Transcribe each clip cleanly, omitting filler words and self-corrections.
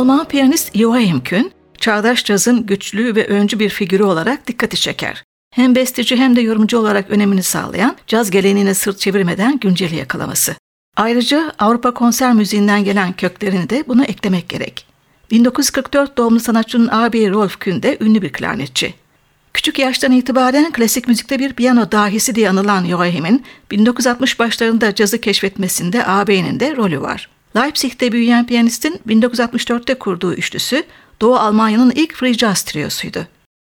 Alman piyanist Joachim Kühn, çağdaş cazın güçlü ve öncü bir figürü olarak dikkati çeker. Hem besteci hem de yorumcu olarak önemini sağlayan, caz geleneğine sırt çevirmeden günceli yakalaması. Ayrıca Avrupa konser müziğinden gelen köklerini de buna eklemek gerek. 1944 doğumlu sanatçının ağabeyi Rolf Kühn de ünlü bir klarnetçi. Küçük yaştan itibaren klasik müzikte bir piyano dahisi diye anılan Joachim'in 1960 başlarında cazı keşfetmesinde ağabeyinin de rolü var. Leipzig'te büyüyen piyanistin 1964'te kurduğu üçlüsü Doğu Almanya'nın ilk free jazz triyosuydu.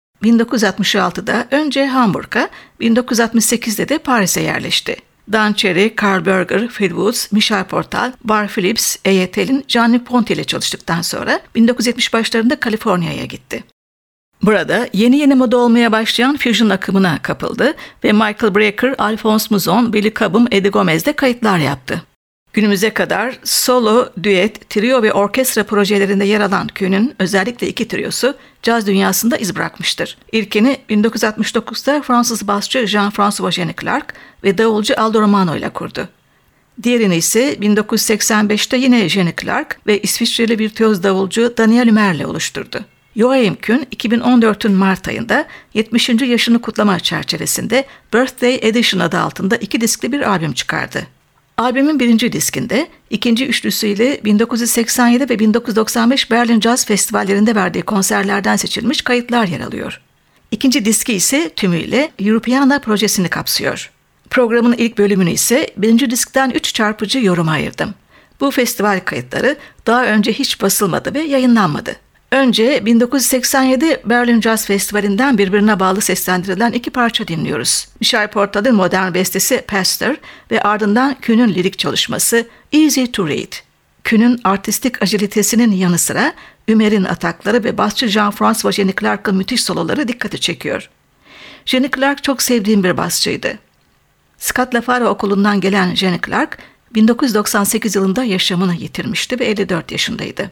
1966'da önce Hamburg'a, 1968'de de Paris'e yerleşti. Don Cherry, Carl Berger, Phil Woods, Michel Portal, Bar Phillips, EYT'lin Gianni Ponti ile çalıştıktan sonra 1970 başlarında Kaliforniya'ya gitti. Burada yeni moda olmaya başlayan fusion akımına kapıldı ve Michael Brecker, Alphonse Mouzon, Billy Cobham, Eddie Gomez'de kayıtlar yaptı. Günümüze kadar solo, düet, trio ve orkestra projelerinde yer alan Kühn'ün özellikle iki triosu caz dünyasında iz bırakmıştır. İlkini 1969'da Fransız basçı Jean-François Jenny Clark ve davulcu Aldo Romano ile kurdu. Diğerini ise 1985'te yine Jenny Clark ve İsviçreli virtüöz davulcu Daniel Humer ile oluşturdu. Joachim Kühn 2014'ün Mart ayında 70. yaşını kutlama çerçevesinde Birthday Edition adı altında 2 diskli bir albüm çıkardı. Albümün birinci diskinde ikinci üçlüsüyle 1987 ve 1995 Berlin Jazz Festivallerinde verdiği konserlerden seçilmiş kayıtlar yer alıyor. İkinci diski ise tümüyle Europeana projesini kapsıyor. Programın ilk bölümünü ise birinci diskten 3 çarpıcı yoruma ayırdım. Bu festival kayıtları daha önce hiç basılmadı ve yayınlanmadı. Önce 1987 Berlin Jazz Festivali'nden birbirine bağlı seslendirilen 2 parça dinliyoruz. Michel Portal'ın modern bestesi Pastor ve ardından Kühn'ün lirik çalışması Easy to Read. Kühn'ün artistik agilitesinin yanı sıra Humer'in atakları ve basçı Jean-François Jenny Clark'ın müthiş soloları dikkati çekiyor. Jenny Clark çok sevdiğim bir basçıydı. Scott LaFaro okulundan gelen Jenny Clark 1998 yılında yaşamını yitirmişti ve 54 yaşındaydı.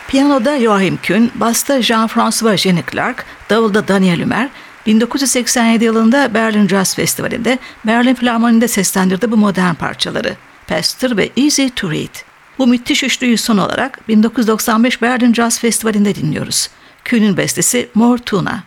Piyanoda Joachim Kühn, basta Jean-François Jenny Clark, davulda Daniel Ümer, 1987 yılında Berlin Jazz Festivali'nde Berlin Filarmoni'de seslendirdi bu modern parçaları. Faster ve Easy to Read. Bu müthiş üçlüyü son olarak 1995 Berlin Jazz Festivali'nde dinliyoruz. Kühn'ün bestesi More Tuna.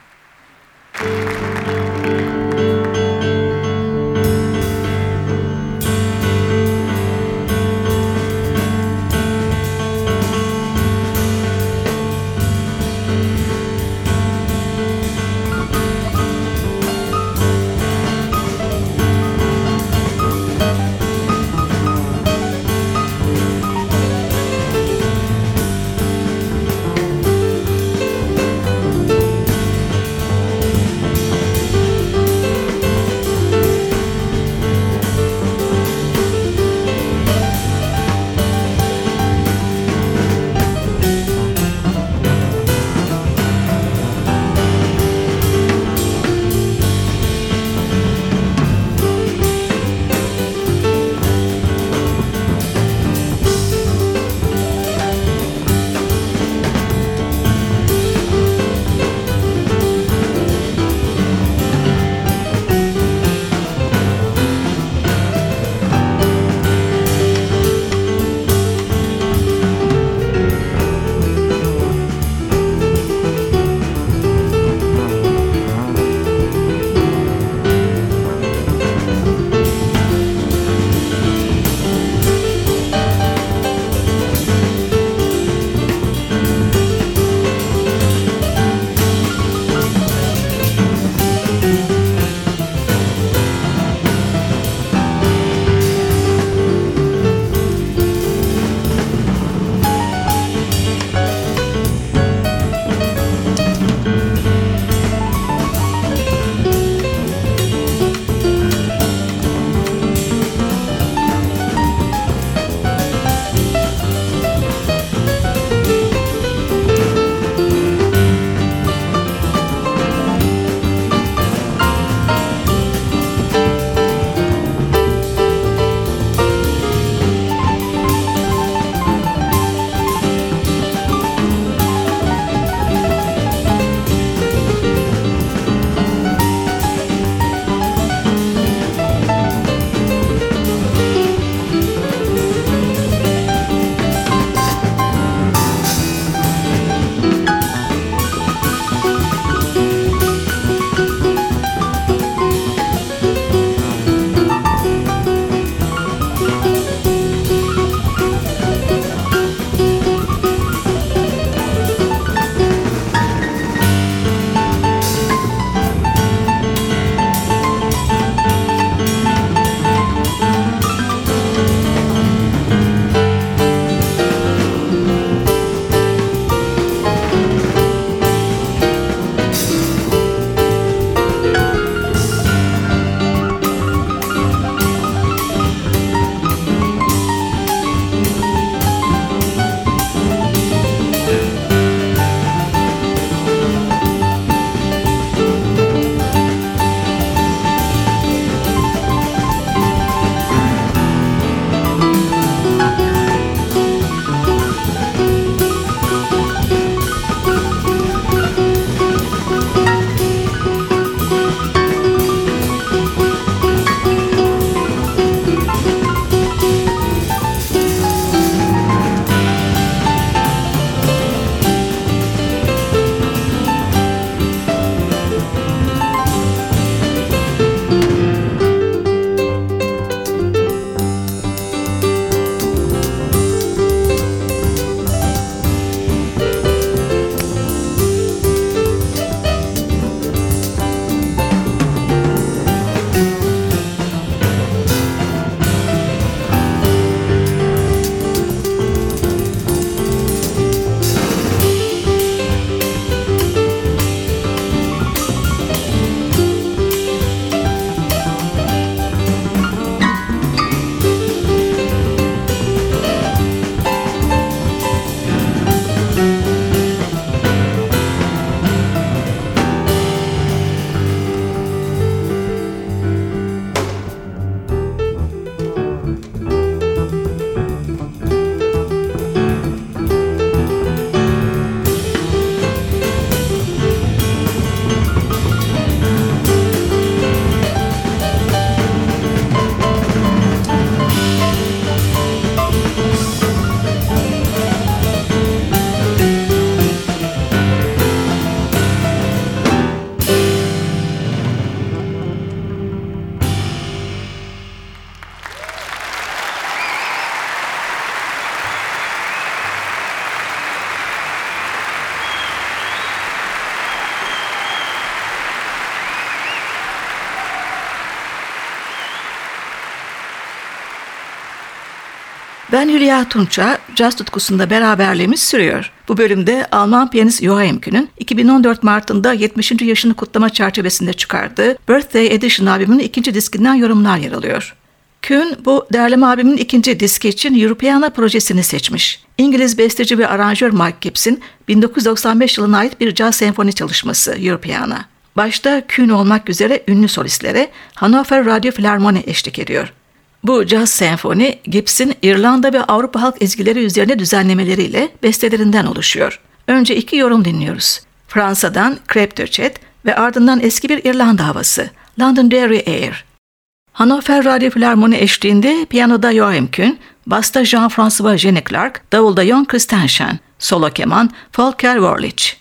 Ben Hülya Tunça, caz tutkusunda beraberliğimiz sürüyor. Bu bölümde Alman piyanist Joachim Kühn'ün 2014 Mart'ında 70. yaşını kutlama çerçevesinde çıkardığı Birthday Edition albümünün ikinci diskinden yorumlar yer alıyor. Kühn bu derleme albümünün ikinci diski için Europeana projesini seçmiş. İngiliz besteci ve aranjör Mike Gibbs'in 1995 yılına ait bir caz senfoni çalışması Europeana. Başta Kühn olmak üzere ünlü solistlere Hannover Radyo Filarmoni eşlik ediyor. Bu caz senfoni Gibbs'in İrlanda ve Avrupa halk ezgileri üzerine düzenlemeleriyle bestelerinden oluşuyor. Önce iki yorum dinliyoruz. Fransa'dan Crêpe de Chèvre ve ardından eski bir İrlanda havası Londonderry Air. Hannover Radyo Filarmoni eşliğinde piyanoda Joachim Kühn, basta Jean-François Jenny Clark, davulda Jon Christensen, solo keman Volker Worlich.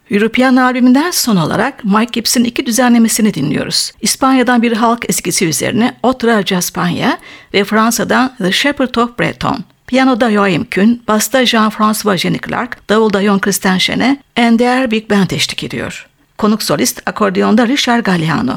European albümünden son olarak Mike Gibbs'in 2 düzenlemesini dinliyoruz. İspanya'dan bir halk ezgisi üzerine Otra Jaspanya ve Fransa'dan The Shepherd of Breton. Piyanoda Joachim Kühn, basta Jean-François Jenny Clark, davulda Jon Christensen'e NDR Big Band eşlik ediyor. Konuk solist akordiyonda Richard Galliano.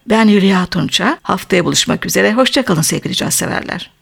Ben Hülya Tunça. Haftaya buluşmak üzere. Hoşça kalın sevgili caz severler.